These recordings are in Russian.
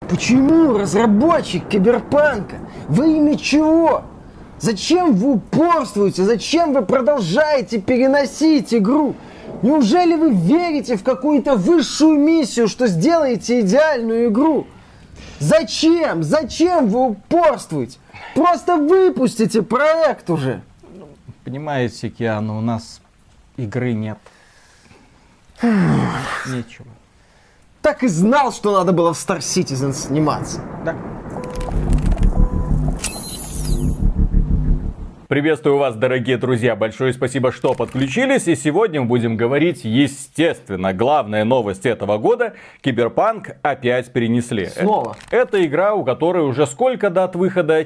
Почему разработчик Киберпанка? Во имя чего? Зачем вы упорствуете? Зачем вы продолжаете переносить игру? Неужели вы верите в какую-то высшую миссию, что сделаете идеальную игру? Зачем? Зачем вы упорствуете? Просто выпустите проект уже. Понимаете, Киану, у нас игры нет. Нечего. Так и знал, что надо было в Star Citizen сниматься. Да. Приветствую вас, дорогие друзья. Большое спасибо, что подключились. И сегодня мы будем говорить, естественно, главная новость этого года. Киберпанк опять перенесли. Снова. Это игра, у которой уже сколько дат выхода?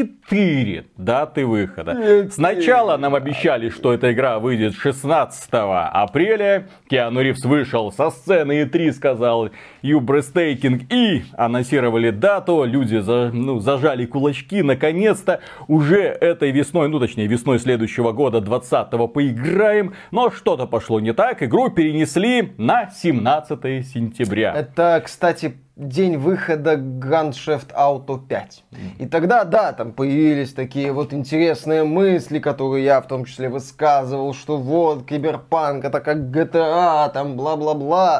4 даты выхода. Сначала нам обещали, что эта игра выйдет 16 апреля. Киану Ривз вышел со сцены E3, сказал "You breathtaking", и анонсировали дату. Люди зажали кулачки. Наконец-то уже этой весной, точнее весной следующего года, 20-го, поиграем. Но что-то пошло не так. Игру перенесли на 17 сентября. Это, кстати, день выхода Grand Theft Auto 5. И тогда, да, там появились такие вот интересные мысли, которые я в том числе высказывал, что вот, Киберпанк, это как GTA, там бла-бла-бла.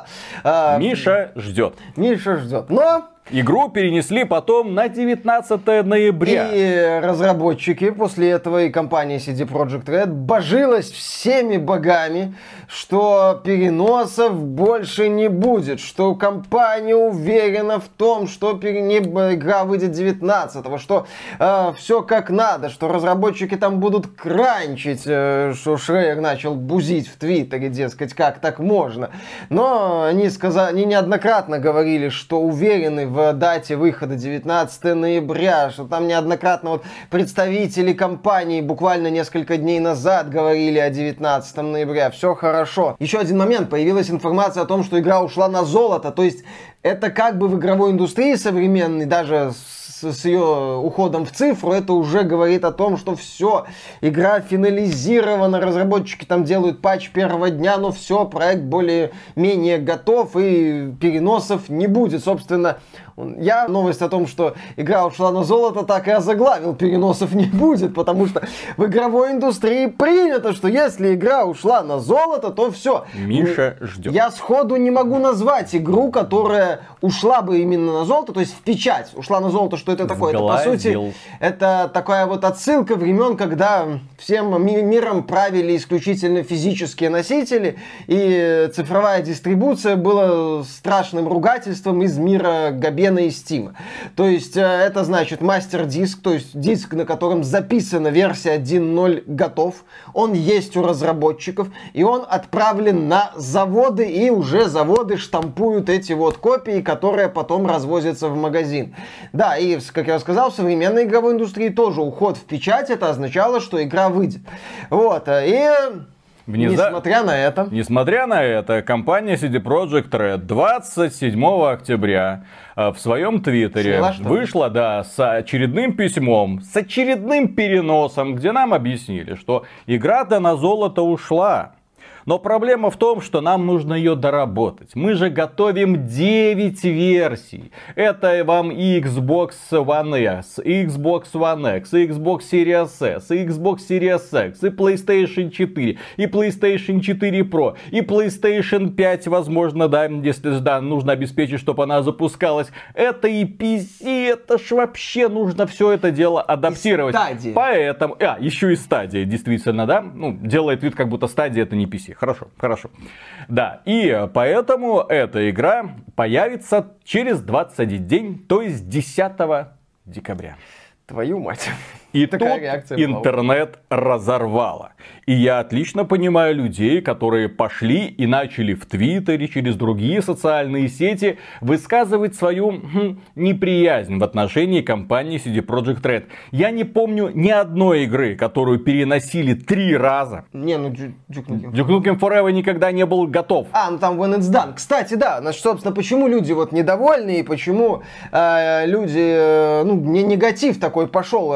Миша ждет. Миша ждет. Но... Игру перенесли потом на 19 ноября. И разработчики после этого, и компания CD Projekt Red божилась всеми богами, что переносов больше не будет, что компания уверена в том, что игра выйдет 19-го, что все как надо, что разработчики там будут кранчить, что Шрейер начал бузить в Твиттере, дескать, как так можно. Но они неоднократно говорили, что уверены в дате выхода 19 ноября, что там неоднократно вот представители компании буквально несколько дней назад говорили о 19 ноября. Все хорошо. Еще один момент. Появилась информация о том, что игра ушла на золото. То есть это как бы в игровой индустрии современной, даже с ее уходом в цифру, это уже говорит о том, что все, игра финализирована, разработчики там делают патч первого дня, но все, проект более-менее готов и переносов не будет. Собственно, я новость о том, что игра ушла на золото, так и озаглавил: переносов не будет, потому что в игровой индустрии принято, что если игра ушла на золото, то все. Миша ждет. Я сходу не могу назвать игру, которая ушла бы именно на золото, то есть в печать ушла на золото. Что это такое? Это, по сути, это такая вот отсылка времен, когда всем миром правили исключительно физические носители, и цифровая дистрибуция была страшным ругательством из мира Габена и Стима. То есть это значит мастер-диск, то есть диск, на котором записана версия 1.0, готов. Он есть у разработчиков, и он отправлен на заводы, и уже заводы штампуют эти вот копии, которые потом развозятся в магазин. Да, и, как я сказал, в современной игровой индустрии тоже уход в печать, это означало, что игра выйдет. Вот, и... Несмотря на это, компания CD Projekt Red 27 октября в своем твиттере вышла, да, с очередным письмом, с очередным переносом, где нам объяснили, что игра-то на золото ушла. Но проблема в том, что нам нужно ее доработать. Мы же готовим 9 версий. Это вам и Xbox One S, и Xbox One X, и Xbox Series S, и Xbox Series X, и PlayStation 4, и PlayStation 4 Pro, и PlayStation 5, возможно, да, если да, нужно обеспечить, чтобы она запускалась. Это и PC, это ж вообще нужно все это дело адаптировать. И стадия. Поэтому, еще и стадия, действительно, да. Делает вид, как будто стадия это не PC. Хорошо. Да, и поэтому эта игра появится через 21 день, то есть 10 декабря. Твою мать. И тут интернет разорвало. И я отлично понимаю людей, которые пошли и начали в Твиттере, через другие социальные сети высказывать свою неприязнь в отношении компании CD Projekt Red. Я не помню ни одной игры, которую переносили 3 раза. Duke Nukem Forever никогда не был готов. Там When It's Done. Кстати, да, значит, собственно, почему люди вот недовольны и почему люди, негатив такой пошел к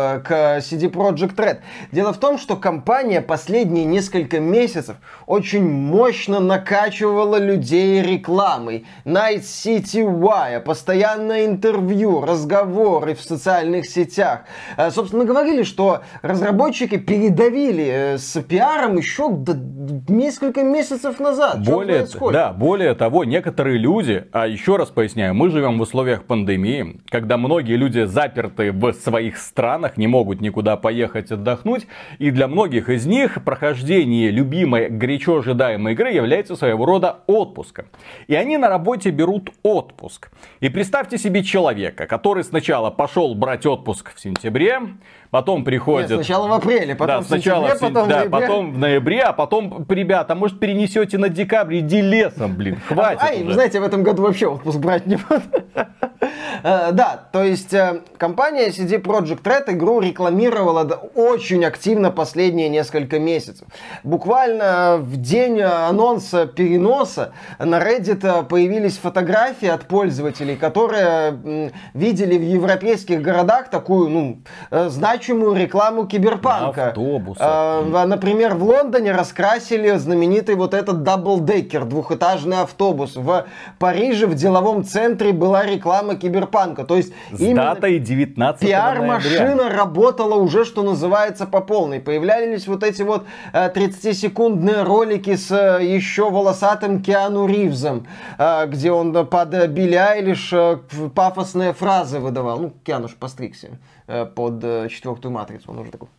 CD Projekt Red. Дело в том, что компания последние несколько месяцев очень мощно накачивала людей рекламой. Night City Wire, постоянное интервью, разговоры в социальных сетях. Собственно, говорили, что разработчики передавили с пиаром еще несколько месяцев назад. Более того, некоторые люди, а еще раз поясняю, мы живем в условиях пандемии, когда многие люди заперты в своих странах, не могут никуда поехать отдохнуть, и для многих из них прохождение любимой, горячо ожидаемой игры является своего рода отпуском. И они на работе берут отпуск. И представьте себе человека, который сначала пошел брать отпуск в сентябре, потом приходит... Нет, сначала в апреле, потом в сентябре, потом в ноябре. Потом в ноябре, а потом, ребята, может перенесете на декабрь, иди лесом, хватит уже. Вы знаете, в этом году вообще отпуск брать не буду. Да, то есть компания CD Projekt Red игру рекламировала очень активно последние несколько месяцев. Буквально в день анонса переноса на Reddit появились фотографии от пользователей, которые видели в европейских городах такую, значимую рекламу Киберпанка. Например, в Лондоне раскрасили знаменитый вот этот даблдекер, двухэтажный автобус. В Париже в деловом центре была реклама Киберпанка. То есть с датой 19 пиар-машина работала уже, что называется, по полной. Появлялись вот эти вот 30-секундные ролики с еще волосатым Киану Ривзом, где он под Билли Айлиш пафосные фразы выдавал. Киану ж постригся под четвертую матрицу. Он уже такой...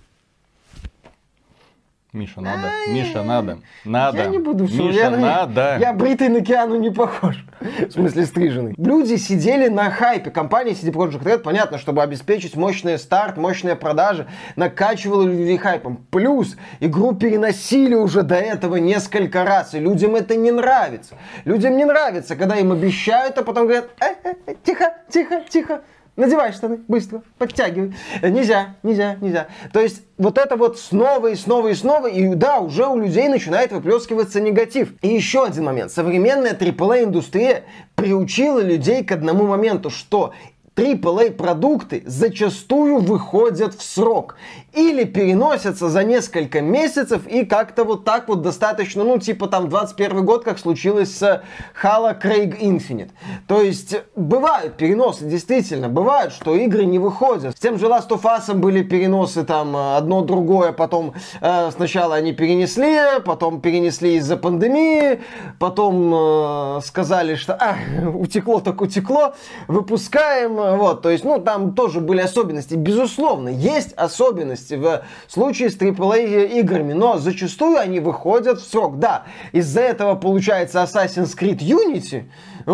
Миша, надо. Я не буду, надо. Я бритый на Киану не похож. В смысле, стриженный. Люди сидели на хайпе. Компания CD Projekt Red, понятно, чтобы обеспечить мощный старт, мощные продажи, накачивала людей хайпом. Плюс игру переносили уже до этого несколько раз, и людям это не нравится. Людям не нравится, когда им обещают, а потом говорят: тихо. Надевай штаны, быстро, подтягивай. Нельзя. То есть, вот это вот снова, и да, уже у людей начинает выплескиваться негатив. И еще один момент. Современная AAA-индустрия приучила людей к одному моменту, что AAA-продукты зачастую выходят в срок. Или переносятся за несколько месяцев и как-то вот так вот достаточно, 21 год, как случилось с Halo Craig Infinite. То есть, бывают переносы, действительно, бывают, что игры не выходят. С тем же Last of Us были переносы там одно другое, потом сначала они перенесли, потом перенесли из-за пандемии, потом сказали, что утекло так утекло, выпускаем. То есть, там тоже были особенности. Безусловно, есть особенности в случае с AAA играми, но зачастую они выходят в срок. Да, из-за этого получается Assassin's Creed Unity,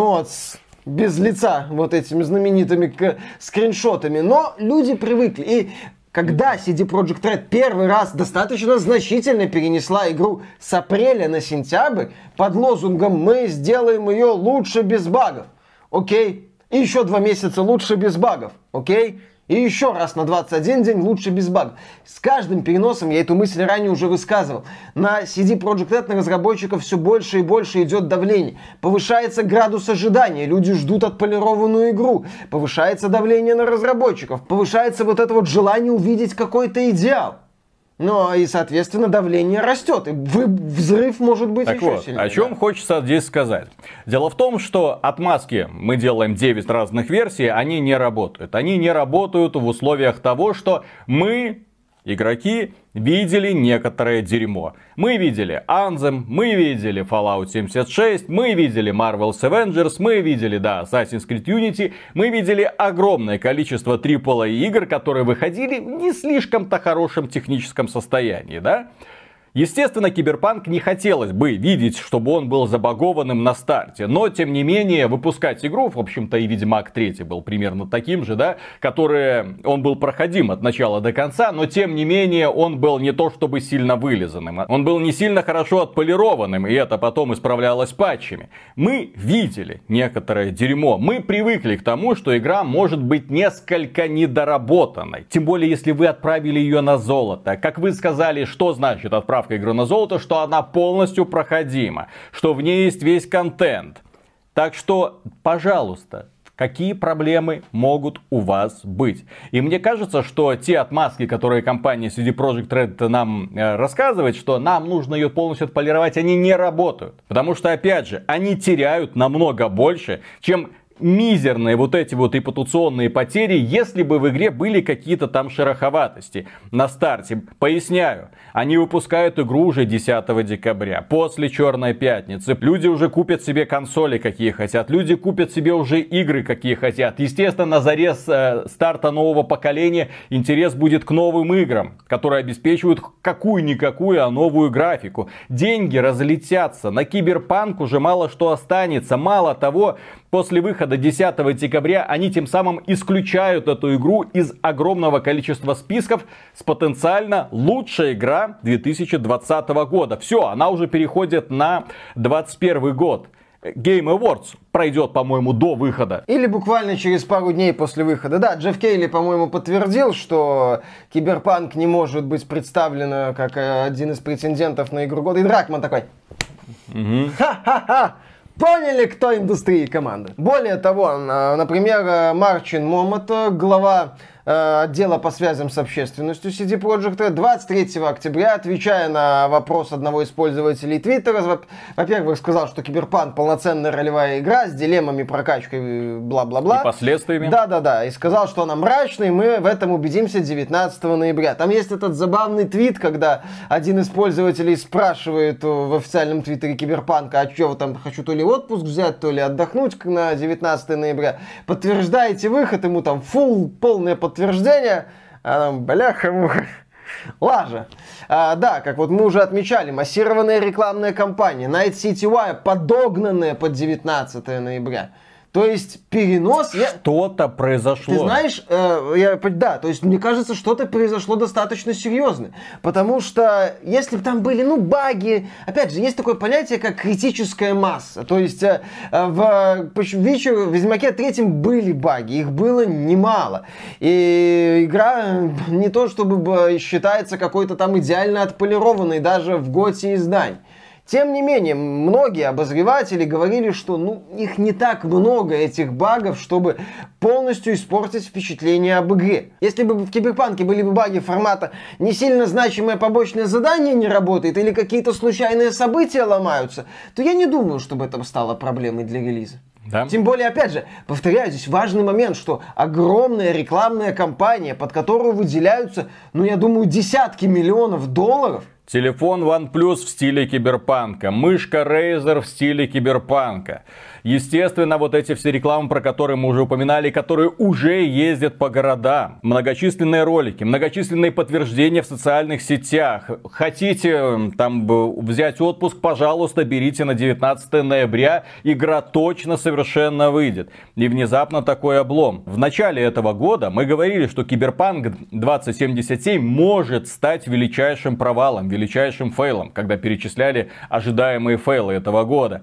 без лица, вот этими знаменитыми скриншотами, но люди привыкли. И когда CD Projekt Red первый раз достаточно значительно перенесла игру с апреля на сентябрь под лозунгом «Мы сделаем ее лучше без багов», окей. И еще 2 месяца лучше без багов, окей? И еще раз на 21 день лучше без багов. С каждым переносом, я эту мысль ранее уже высказывал, на CD Projekt Red, на разработчиков все больше и больше идет давление. Повышается градус ожидания, люди ждут отполированную игру. Повышается давление на разработчиков. Повышается вот это вот желание увидеть какой-то идеал. И, соответственно, давление растет. И взрыв может быть еще сильнее. О чем хочется здесь сказать. Дело в том, что отмазки мы делаем 9 разных версий, они не работают. Они не работают в условиях того, что мы, игроки, видели некоторое дерьмо. Мы видели Anthem, мы видели Fallout 76, мы видели Marvel's Avengers, мы видели, Assassin's Creed Unity, мы видели огромное количество AAA игр, которые выходили в не слишком-то хорошем техническом состоянии, Естественно, Киберпанк не хотелось бы видеть, чтобы он был забагованным на старте. Но, тем не менее, выпускать игру, в общем-то, и Ведьмак 3 был примерно таким же, он был проходим от начала до конца, но, тем не менее, он был не то чтобы сильно вылизанным. Он был не сильно хорошо отполированным, и это потом исправлялось патчами. Мы видели некоторое дерьмо. Мы привыкли к тому, что игра может быть несколько недоработанной. Тем более, если вы отправили ее на золото. Как вы сказали, что значит отправка игры на золото, что она полностью проходима, что в ней есть весь контент. Так что, пожалуйста, Какие проблемы могут у вас быть? И мне кажется, что те отмазки, которые компания CD Projekt Red нам рассказывает, что нам нужно ее полностью отполировать, они не работают. Потому что, опять же, они теряют намного больше, чем мизерные вот эти вот репутационные потери, если бы в игре были какие-то там шероховатости на старте. Поясняю, они выпускают игру уже 10 декабря, после Черной пятницы. Люди уже купят себе консоли, какие хотят, люди купят себе уже игры, какие хотят. Естественно, на заре старта нового поколения интерес будет к новым играм, которые обеспечивают какую-никакую, а новую графику. Деньги разлетятся, на Киберпанк уже мало что останется. Мало того, после выхода 10 декабря они тем самым исключают эту игру из огромного количества списков с потенциально лучшая игра 2020 года. Все, она уже переходит на 2021 год. Game Awards пройдет, по-моему, до выхода. Или буквально через пару дней после выхода. Да, Джефф Кейли, по-моему, подтвердил, что Киберпанк не может быть представлен как один из претендентов на игру года. И Дракман такой: ха-ха-ха! Поняли, кто индустрии команды. Более того, например, Марчин Момот, глава отдела по связям с общественностью CD Projekt Red, 23 октября, отвечая на вопрос одного из пользователей Твиттера, во-первых, сказал, что Киберпанк полноценная ролевая игра с дилеммами, прокачкой, бла-бла-бла. И последствиями. Да-да-да. И сказал, что она мрачная, и мы в этом убедимся 19 ноября. Там есть этот забавный твит, когда один из пользователей спрашивает в официальном твиттере Киберпанка: а что, там хочу то ли отпуск взять, то ли отдохнуть на 19 ноября. Подтверждаете выход, ему там полное подтверждение, а там, бляха-муха, лажа. Да, как вот мы уже отмечали, массированная рекламная кампания, Night City Wire, подогнанная под 19 ноября. То есть перенос... Что-то произошло. Ты знаешь, да, то есть мне кажется, что-то произошло достаточно серьезно. Потому что если бы там были, баги... Опять же, есть такое понятие, как критическая масса. То есть в Ведьмаке 3 были баги, их было немало. И игра не то чтобы считается какой-то там идеально отполированной даже в готе изданий. Тем не менее, многие обозреватели говорили, что их не так много, этих багов, чтобы полностью испортить впечатление об игре. Если бы в Киберпанке были бы баги формата «не сильно значимое побочное задание не работает» или какие-то случайные события ломаются, то я не думаю, чтобы это стало проблемой для релиза. Да. Тем более, опять же, повторяю, здесь важный момент, что огромная рекламная кампания, под которую выделяются, я думаю, десятки миллионов долларов. Телефон OnePlus в стиле Киберпанка, мышка Razer в стиле Киберпанка. Естественно, вот эти все рекламы, про которые мы уже упоминали, которые уже ездят по городам. Многочисленные ролики, многочисленные подтверждения в социальных сетях. Хотите там взять отпуск, пожалуйста, берите на 19 ноября. Игра точно совершенно выйдет. И внезапно такой облом. В начале этого года мы говорили, что Киберпанк 2077 может стать величайшим провалом, величайшим фейлом, когда перечисляли ожидаемые фейлы этого года.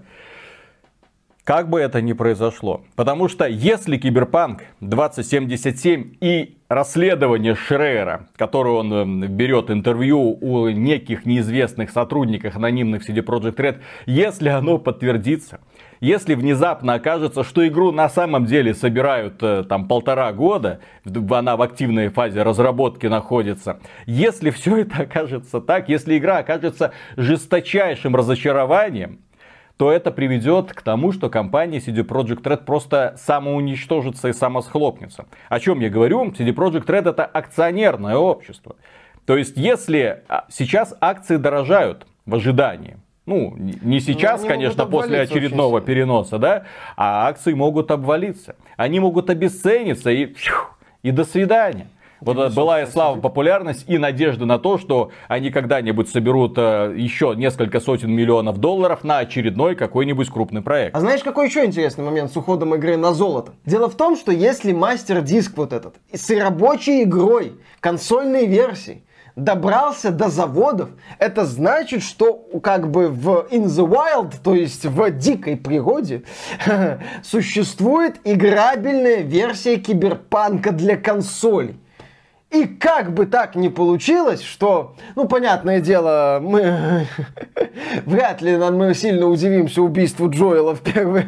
Как бы это ни произошло. Потому что если Киберпанк 2077 и расследование Шрейера, которое он берет интервью у неких неизвестных сотрудников анонимных CD Projekt Red, если оно подтвердится, если внезапно окажется, что игру на самом деле собирают там 1,5 года, она в активной фазе разработки находится, если все это окажется так, если игра окажется жесточайшим разочарованием, то это приведет к тому, что компания CD Projekt Red просто самоуничтожится и самосхлопнется. О чем я говорю? CD Projekt Red — это акционерное общество. То есть, если сейчас акции дорожают в ожидании, не сейчас, конечно, после очередного переноса, да, а акции могут обвалиться. Они могут обесцениться и до свидания. Вот была и слава, популярность и надежда на то, что они когда-нибудь соберут еще несколько сотен миллионов долларов на очередной какой-нибудь крупный проект. А знаешь, какой еще интересный момент с уходом игры на золото? Дело в том, что если мастер-диск вот этот с рабочей игрой, консольной версией, добрался до заводов, это значит, что как бы в In the Wild, то есть в дикой природе, существует играбельная версия Киберпанка для консолей. И как бы так ни получилось, что, понятное дело, мы вряд ли мы сильно удивимся убийству Джоэла в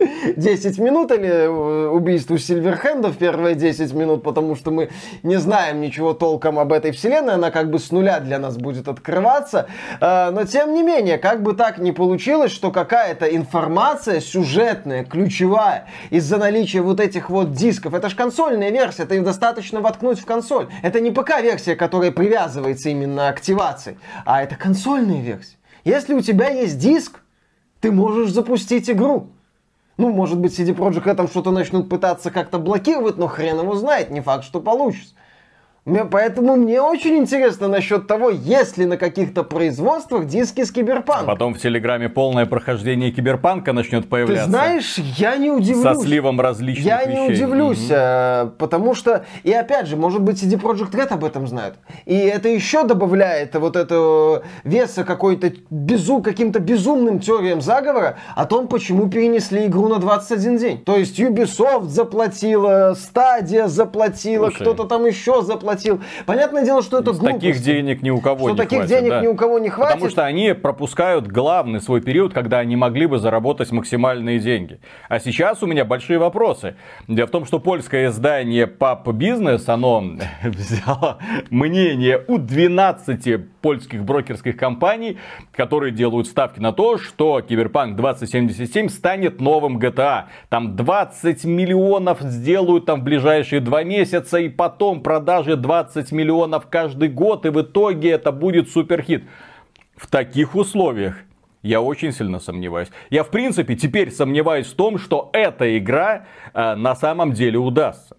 10 минут или убийству Сильверхенда в первые 10 минут, потому что мы не знаем ничего толком об этой вселенной, она как бы с нуля для нас будет открываться, но тем не менее, как бы так ни получилось, что какая-то информация сюжетная, ключевая, из-за наличия вот этих вот дисков, это же консольная версия, это им достаточно воткнуть в консоль, это не ПК-версия, которая привязывается именно к активации, а это консольная версия. Если у тебя есть диск, ты можешь запустить игру. Ну, может быть, CD Projekt там что-то начнут пытаться как-то блокировать, но хрен его знает, не факт, что получится. Поэтому мне очень интересно насчет того, есть ли на каких-то производствах диски с Киберпанком. Потом в Телеграме полное прохождение Киберпанка начнет появляться. Ты знаешь, я не удивлюсь. Со сливом различных вещей. Я не удивлюсь, потому что, и опять же, может быть, CD Projekt Red об этом знают. И это еще добавляет вот это веса какой-то каким-то безумным теориям заговора о том, почему перенесли игру на 21 день. То есть Ubisoft заплатила, Stadia заплатила, кто-то там еще заплатил. Понятное дело, что это глупость. Таких денег ни у кого не хватит. Таких денег ни у кого не хватит. Потому что они пропускают главный свой период, когда они могли бы заработать максимальные деньги. А сейчас у меня большие вопросы. Дело в том, что польское издание Pub Business, оно взяло мнение у 12 польских брокерских компаний, которые делают ставки на то, что Cyberpunk 2077 станет новым GTA. Там 20 миллионов сделают там в ближайшие 2 месяца, и потом продажи 20 миллионов каждый год, и в итоге это будет суперхит. В таких условиях я очень сильно сомневаюсь. Я в принципе теперь сомневаюсь в том, что эта игра на самом деле удастся.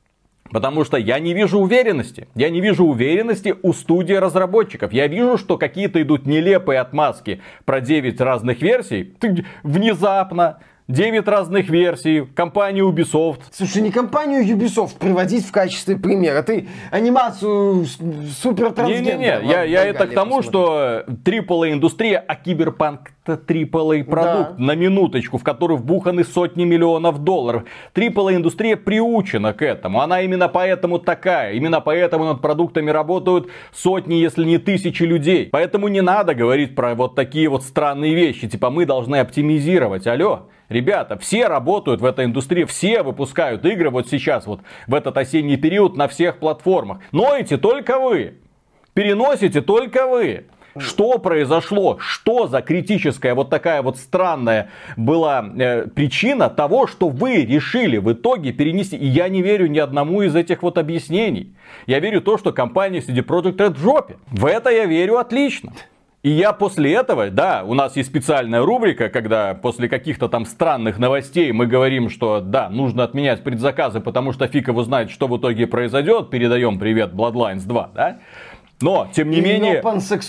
Потому что я не вижу уверенности. Я не вижу уверенности у студии разработчиков. Я вижу, что какие-то идут нелепые отмазки про 9 разных версий. Внезапно 9 разных версий, компания Ubisoft. Слушай, не компанию Ubisoft приводить в качестве примера. Ты анимацию супер трансгендер. Не-не-не, я это к тому, что AAA-индустрия, а Киберпанк это AAA-продукт, да. На минуточку, в который вбуханы сотни миллионов долларов. AAA-индустрия приучена к этому. Она именно поэтому такая. Именно поэтому над продуктами работают сотни, если не тысячи людей. Поэтому не надо говорить про вот такие вот странные вещи. Типа мы должны оптимизировать. Алло. Ребята, все работают в этой индустрии, все выпускают игры вот сейчас, вот в этот осенний период на всех платформах. Ноете только вы, переносите только вы. Что произошло? Что за критическая вот такая вот странная была причина того, что вы решили в итоге перенести? И я не верю ни одному из этих вот объяснений. Я верю в то, что компания CD Projekt Red в жопе. В это я верю отлично. И я после этого, да, у нас есть специальная рубрика, когда после каких-то там странных новостей мы говорим, что да, нужно отменять предзаказы, потому что фиг его знает, что в итоге произойдет. Передаем привет Bloodlines 2, да? Но, тем не менее,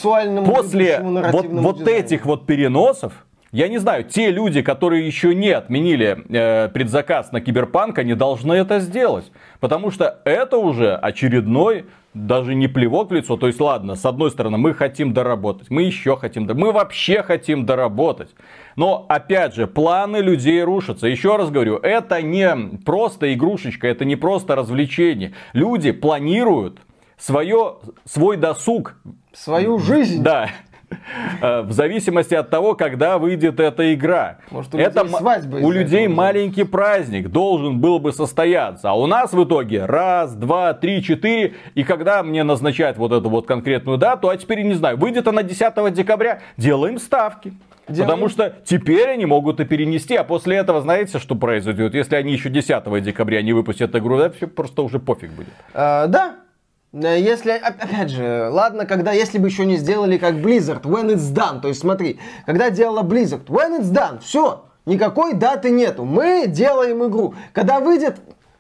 после вот этих вот переносов, я не знаю, те люди, которые еще не отменили предзаказ на Киберпанк, они должны это сделать. Потому что это уже очередной, даже не плевок в лицо. То есть, ладно, с одной стороны, мы хотим доработать, мы еще хотим, мы вообще хотим доработать. Но, опять же, планы людей рушатся. Еще раз говорю, это не просто игрушечка, это не просто развлечение. Люди планируют свой досуг. Свою жизнь. Да. В зависимости от того, когда выйдет эта игра. Может, у людей маленький праздник должен был бы состояться. А у нас в итоге 1, 2, 3, 4. И когда мне назначают вот эту вот конкретную дату, а теперь не знаю, выйдет она 10 декабря, делаем ставки. Потому что теперь они могут и перенести. А после этого знаете, что произойдет? Если они еще 10 декабря не выпустят игру, да, просто уже пофиг будет. Да. Если, опять же, ладно, если бы еще не сделали как Blizzard, when it's done, то есть смотри, когда делала Blizzard, when it's done, все, никакой даты нету, мы делаем игру, когда выйдет,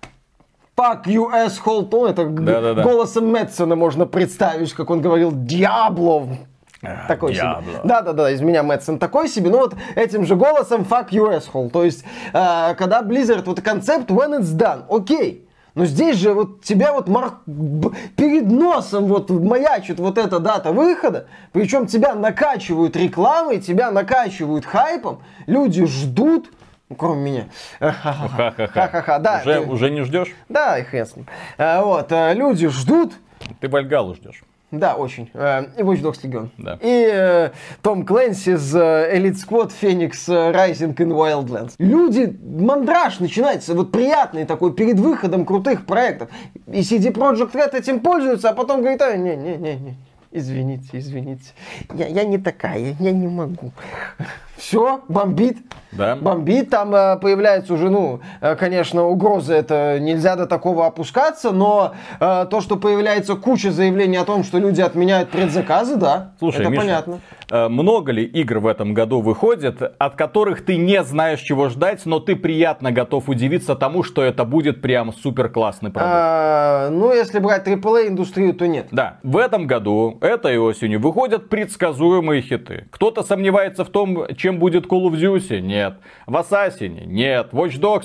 fuck you asshole, то это голосом Мэтсона можно представить, как он говорил, Diablo. Такой себе. Да, из меня Мэтсон такой себе. Ну вот этим же голосом fuck you asshole. То есть, когда Blizzard, вот концепт when it's done, окей. Но здесь же вот тебя вот перед носом вот маячит вот эта дата выхода, причем тебя накачивают рекламой, тебя накачивают хайпом, люди ждут, ну, кроме меня. Ха-ха-ха. Да, уже не ждешь? Да, и хрен с ним. Вот, люди ждут. Ты Вальгалу ждешь. Да, очень. И Watch Dogs Legion. Да. И Том Клэнси из Elite Squad Phoenix Rising in Wildlands. Люди, мандраж начинается, вот приятный такой, перед выходом крутых проектов. И CD Projekt Red этим пользуется, а потом говорит, не, извините, я не такая, я не могу. Все, бомбит. Да. Бомбит, там появляется уже, конечно, угроза, это нельзя до такого опускаться, но то, что появляется куча заявлений о том, что люди отменяют предзаказы, да, слушай, это Миша, понятно. Много ли игр в этом году выходит, от которых ты не знаешь, чего ждать, но ты приятно готов удивиться тому, что это будет прям супер классный продукт? Если брать AAA-индустрию, то нет. Да, в этом году, этой осенью, выходят предсказуемые хиты. Кто-то сомневается в том, чем будет Call of Duty? Нет. В Assassin? Нет. Watch Dogs?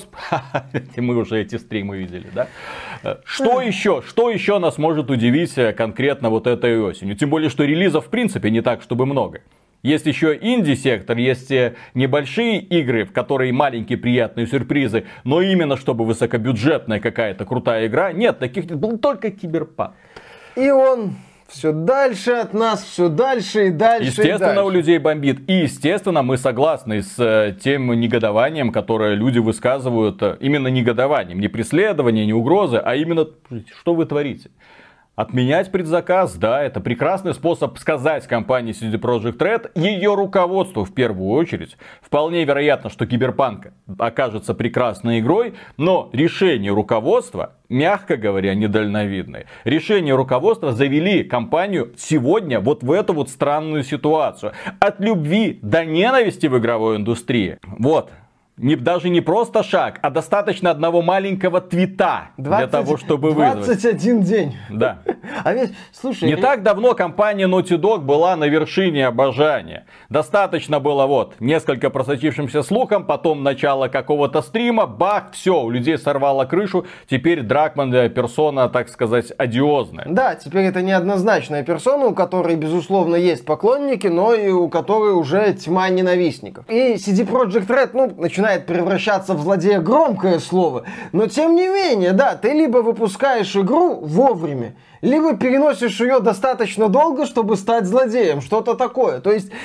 Мы уже эти стримы видели, да? Что еще нас может удивить конкретно вот этой осенью? Тем более, что релизов в принципе не так, чтобы много. Есть еще инди-сектор, есть небольшие игры, в которые маленькие приятные сюрпризы, но именно чтобы высокобюджетная какая-то крутая игра. Нет, таких был только Киберпанк. И он все дальше от нас, все дальше и дальше. Естественно, и дальше. У людей бомбит. И, естественно, мы согласны с тем негодованием, которое люди высказывают. Именно негодованием. Не преследование, не угрозы, а именно, что вы творите. Отменять предзаказ, да, это прекрасный способ сказать компании CD Projekt Red, ее руководству в первую очередь. Вполне вероятно, что Киберпанк окажется прекрасной игрой, но решение руководства, мягко говоря, недальновидное. Решение руководства завели компанию сегодня вот в эту вот странную ситуацию. От любви до ненависти в игровой индустрии. Вот. Даже не просто шаг, а достаточно одного маленького твита для того, чтобы вызвать. 21 день. Да. А ведь, слушай... Не так давно компания Naughty Dog была на вершине обожания. Достаточно было несколько просочившимся слухам, потом начало какого-то стрима, бах, все, у людей сорвало крышу. Теперь Дракман персона, так сказать, одиозная. Да, теперь это неоднозначная персона, у которой, безусловно, есть поклонники, но и у которой уже тьма ненавистников. И CD Projekt Red, начинает превращаться в злодея, громкое слово, но тем не менее, да, ты либо выпускаешь игру вовремя, либо переносишь ее достаточно долго, чтобы стать злодеем, что-то такое. То есть,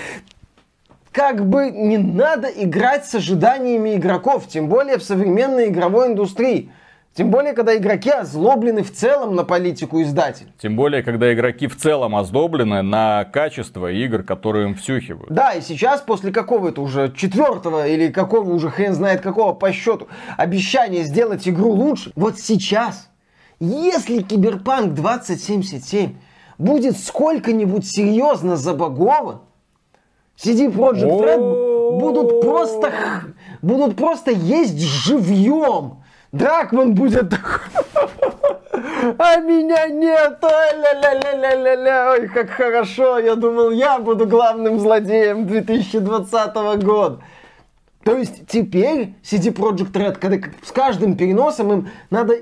как бы не надо играть с ожиданиями игроков, тем более в современной игровой индустрии. Тем более, когда игроки озлоблены в целом на политику издателей. Тем более, когда игроки в целом озлоблены на качество игр, которые им втюхивают. Да, и сейчас после какого-то уже 4-го или какого уже хрен знает какого по счету обещания сделать игру лучше, вот сейчас, если Киберпанк 2077 будет сколько-нибудь серьезно забагован, CD Projekt Red будут просто есть живьем. Дракман будет такой, а меня нет, ой, как хорошо, я думал, я буду главным злодеем 2020 года. То есть теперь CD Projekt Red, когда с каждым переносом им надо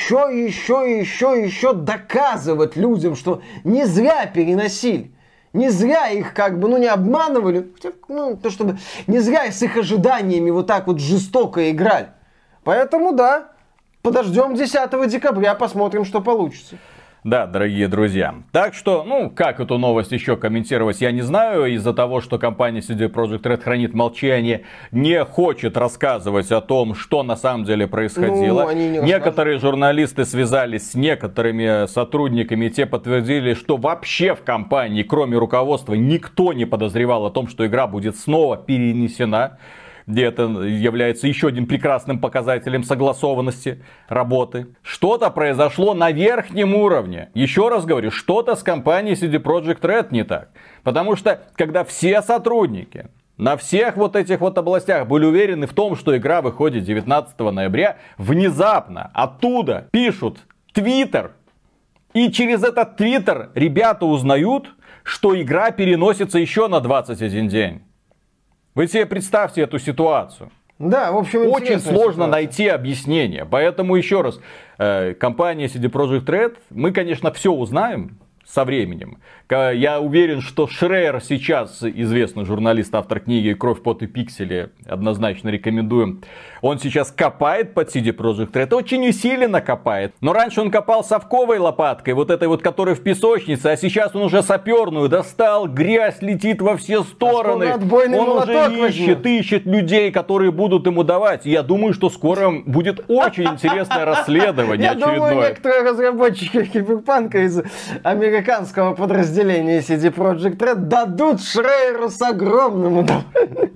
еще доказывать людям, что не зря переносили. Не зря их не обманывали, чтобы не зря с их ожиданиями вот так вот жестоко играли. Поэтому да, подождем 10 декабря, посмотрим, что получится. Да, дорогие друзья. Так что, как эту новость еще комментировать, я не знаю. Из-за того, что компания CD Projekt Red хранит молчание, не хочет рассказывать о том, что на самом деле происходило. Некоторые журналисты связались с некоторыми сотрудниками, те подтвердили, что вообще в компании, кроме руководства, никто не подозревал о том, что игра будет снова перенесена. Где это является еще одним прекрасным показателем согласованности работы. Что-то произошло на верхнем уровне. Еще раз говорю, что-то с компанией CD Projekt Red не так. Потому что, когда все сотрудники на всех этих областях были уверены в том, что игра выходит 19 ноября, внезапно оттуда пишут Twitter. И через этот Twitter ребята узнают, что игра переносится еще на 21 день. Вы себе представьте эту ситуацию. Да, в общем, очень сложно найти объяснение. Поэтому еще раз, компания CD Projekt Red, мы, конечно, все узнаем. со временем. Я уверен, что Шрейер сейчас, известный журналист, автор книги «Кровь, пот и пиксели», однозначно рекомендуем. Он сейчас копает под CD Projekt Red, очень усиленно копает. Но раньше он копал совковой лопаткой, вот этой вот, которая в песочнице, а сейчас он уже саперную достал, грязь летит во все стороны. Он уже ищет людей, которые будут ему давать. И я думаю, что скоро будет очень интересное расследование очередное. Я думаю, некоторые разработчики Киберпанка из американского подразделения CD Projekt Red дадут Шрейеру с огромным удовольствием.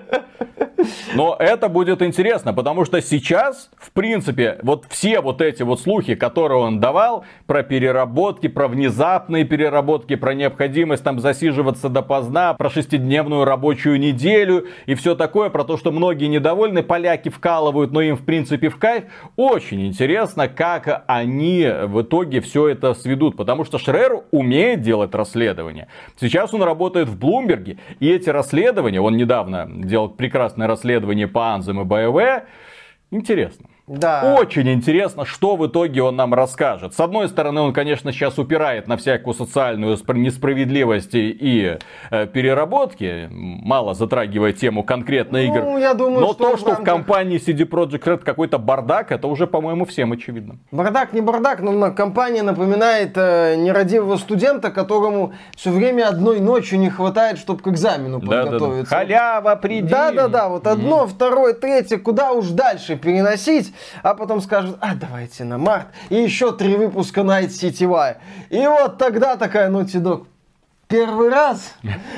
Но это будет интересно, потому что сейчас, в принципе, вот все вот эти вот слухи, которые он давал, про переработки, про внезапные переработки, про необходимость там засиживаться допоздна, про 6-дневную рабочую неделю и все такое, про то, что многие недовольны, поляки вкалывают, но им в принципе в кайф. Очень интересно, как они в итоге все это сведут, потому что Шрейер умеет делать расследования. Сейчас он работает в Блумберге, и эти расследования, он недавно делал прекрасное расследование по Anthem и BioWare. Интересно. Да. Очень интересно, что в итоге он нам расскажет. С одной стороны, он, конечно, сейчас упирает на всякую социальную несправедливость и переработки, мало затрагивая тему конкретно игр. Я думаю, но то, что в компании CD Projekt Red какой-то бардак, это уже, по-моему, всем очевидно. Бардак не бардак, но компания напоминает нерадивого студента, которому все время одной ночью не хватает, чтобы к экзамену подготовиться. Да. Халява, приди. Да, вот одно, второе, третье, куда уж дальше переносить. А потом скажут, давайте на март. И еще 3 выпуска Night City Y. И вот тогда такая Naughty Dog. Первый раз.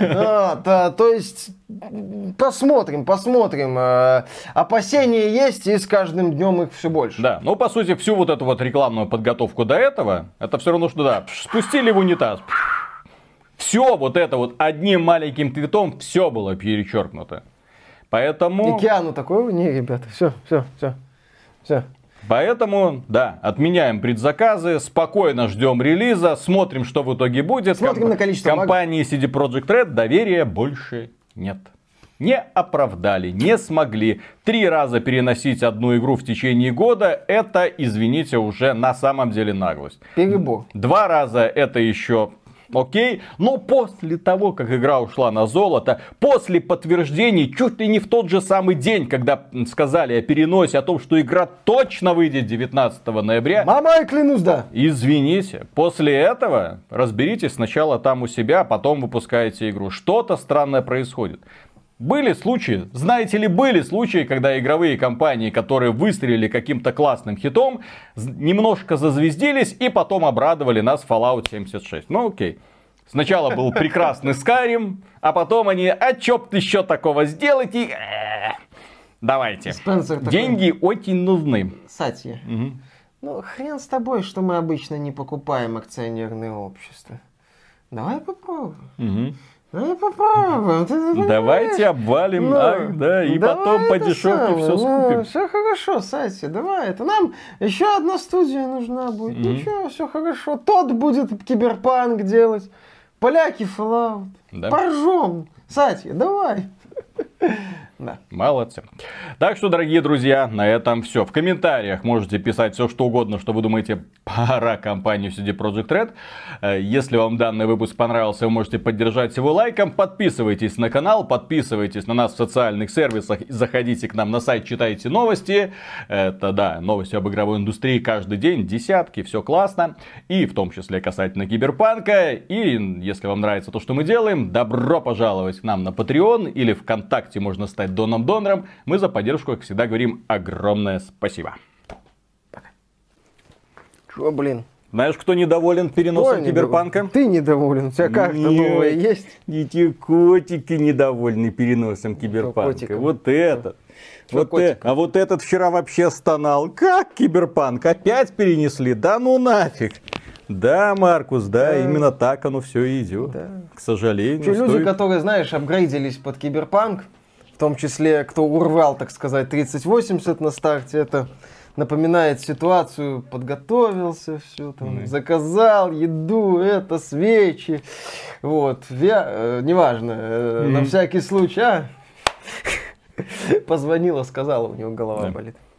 То есть, посмотрим. Опасения есть, и с каждым днем их все больше. Да, ну по сути, всю вот эту вот рекламную подготовку до этого, это все равно, что спустили в унитаз. Все вот это вот одним маленьким твитом, все было перечеркнуто. Поэтому... И Киану такой, не, ребята, все. Поэтому, да, отменяем предзаказы, спокойно ждем релиза, смотрим, что в итоге будет. Смотрим на количество компании CD Projekt Red доверия больше нет. Не оправдали, не смогли. 3 раза переносить одну игру в течение года, это, извините, уже на самом деле наглость. Перебор. 2 раза это еще... Окей, но после того, как игра ушла на золото, после подтверждений, чуть ли не в тот же самый день, когда сказали о переносе, о том, что игра точно выйдет 19 ноября. Мама, я клянусь, да. Извините, после этого разберитесь сначала там у себя, а потом выпускаете игру. Что-то странное происходит. Были случаи, знаете ли, были случаи, когда игровые компании, которые выстрелили каким-то классным хитом, немножко зазвездились и потом обрадовали нас Fallout 76. Ну окей. Сначала был прекрасный Skyrim, а потом они, чё б еще такого сделать и... Давайте. Деньги очень нужны. Сатья, ну хрен с тобой, что мы обычно не покупаем акционерные общества. Давай попробуем. Попробуем. Давайте обвалим, и потом по дешевке все скупим. Все хорошо, Сати, давай. Это нам еще одна студия нужна будет. Ничего, все хорошо. Тот будет Киберпанк делать. Поляки Fallout. Да. Поржем. Сати, давай. Да. Молодцы. Так что, дорогие друзья, на этом все. В комментариях можете писать все, что угодно, что вы думаете про компанию CD Projekt Red. Если вам данный выпуск понравился, вы можете поддержать его лайком. Подписывайтесь на канал, подписывайтесь на нас в социальных сервисах. Заходите к нам на сайт, читайте новости. Это, да, новости об игровой индустрии каждый день, десятки, все классно. И в том числе касательно Киберпанка. И если вам нравится то, что мы делаем, добро пожаловать к нам на Patreon или ВКонтакте можно стать доном-донором. Мы за поддержку, как всегда, говорим огромное спасибо. Чё, блин? Знаешь, кто недоволен переносом Киберпанка? Ты недоволен. У тебя карта новая есть? Эти котики недовольны переносом Киберпанка. Вот этот. А вот этот вчера вообще стонал. Как Киберпанк? Опять перенесли? Да ну нафиг. Да, Маркус, да, именно так оно все и идет. Да. К сожалению. Люди, которые, знаешь, апгрейдились под Киберпанк, в том числе, кто урвал, так сказать, 3080 на старте, это напоминает ситуацию, подготовился, все там, заказал еду, свечи, вот, неважно, на всякий случай, позвонила, сказала, у него голова болит.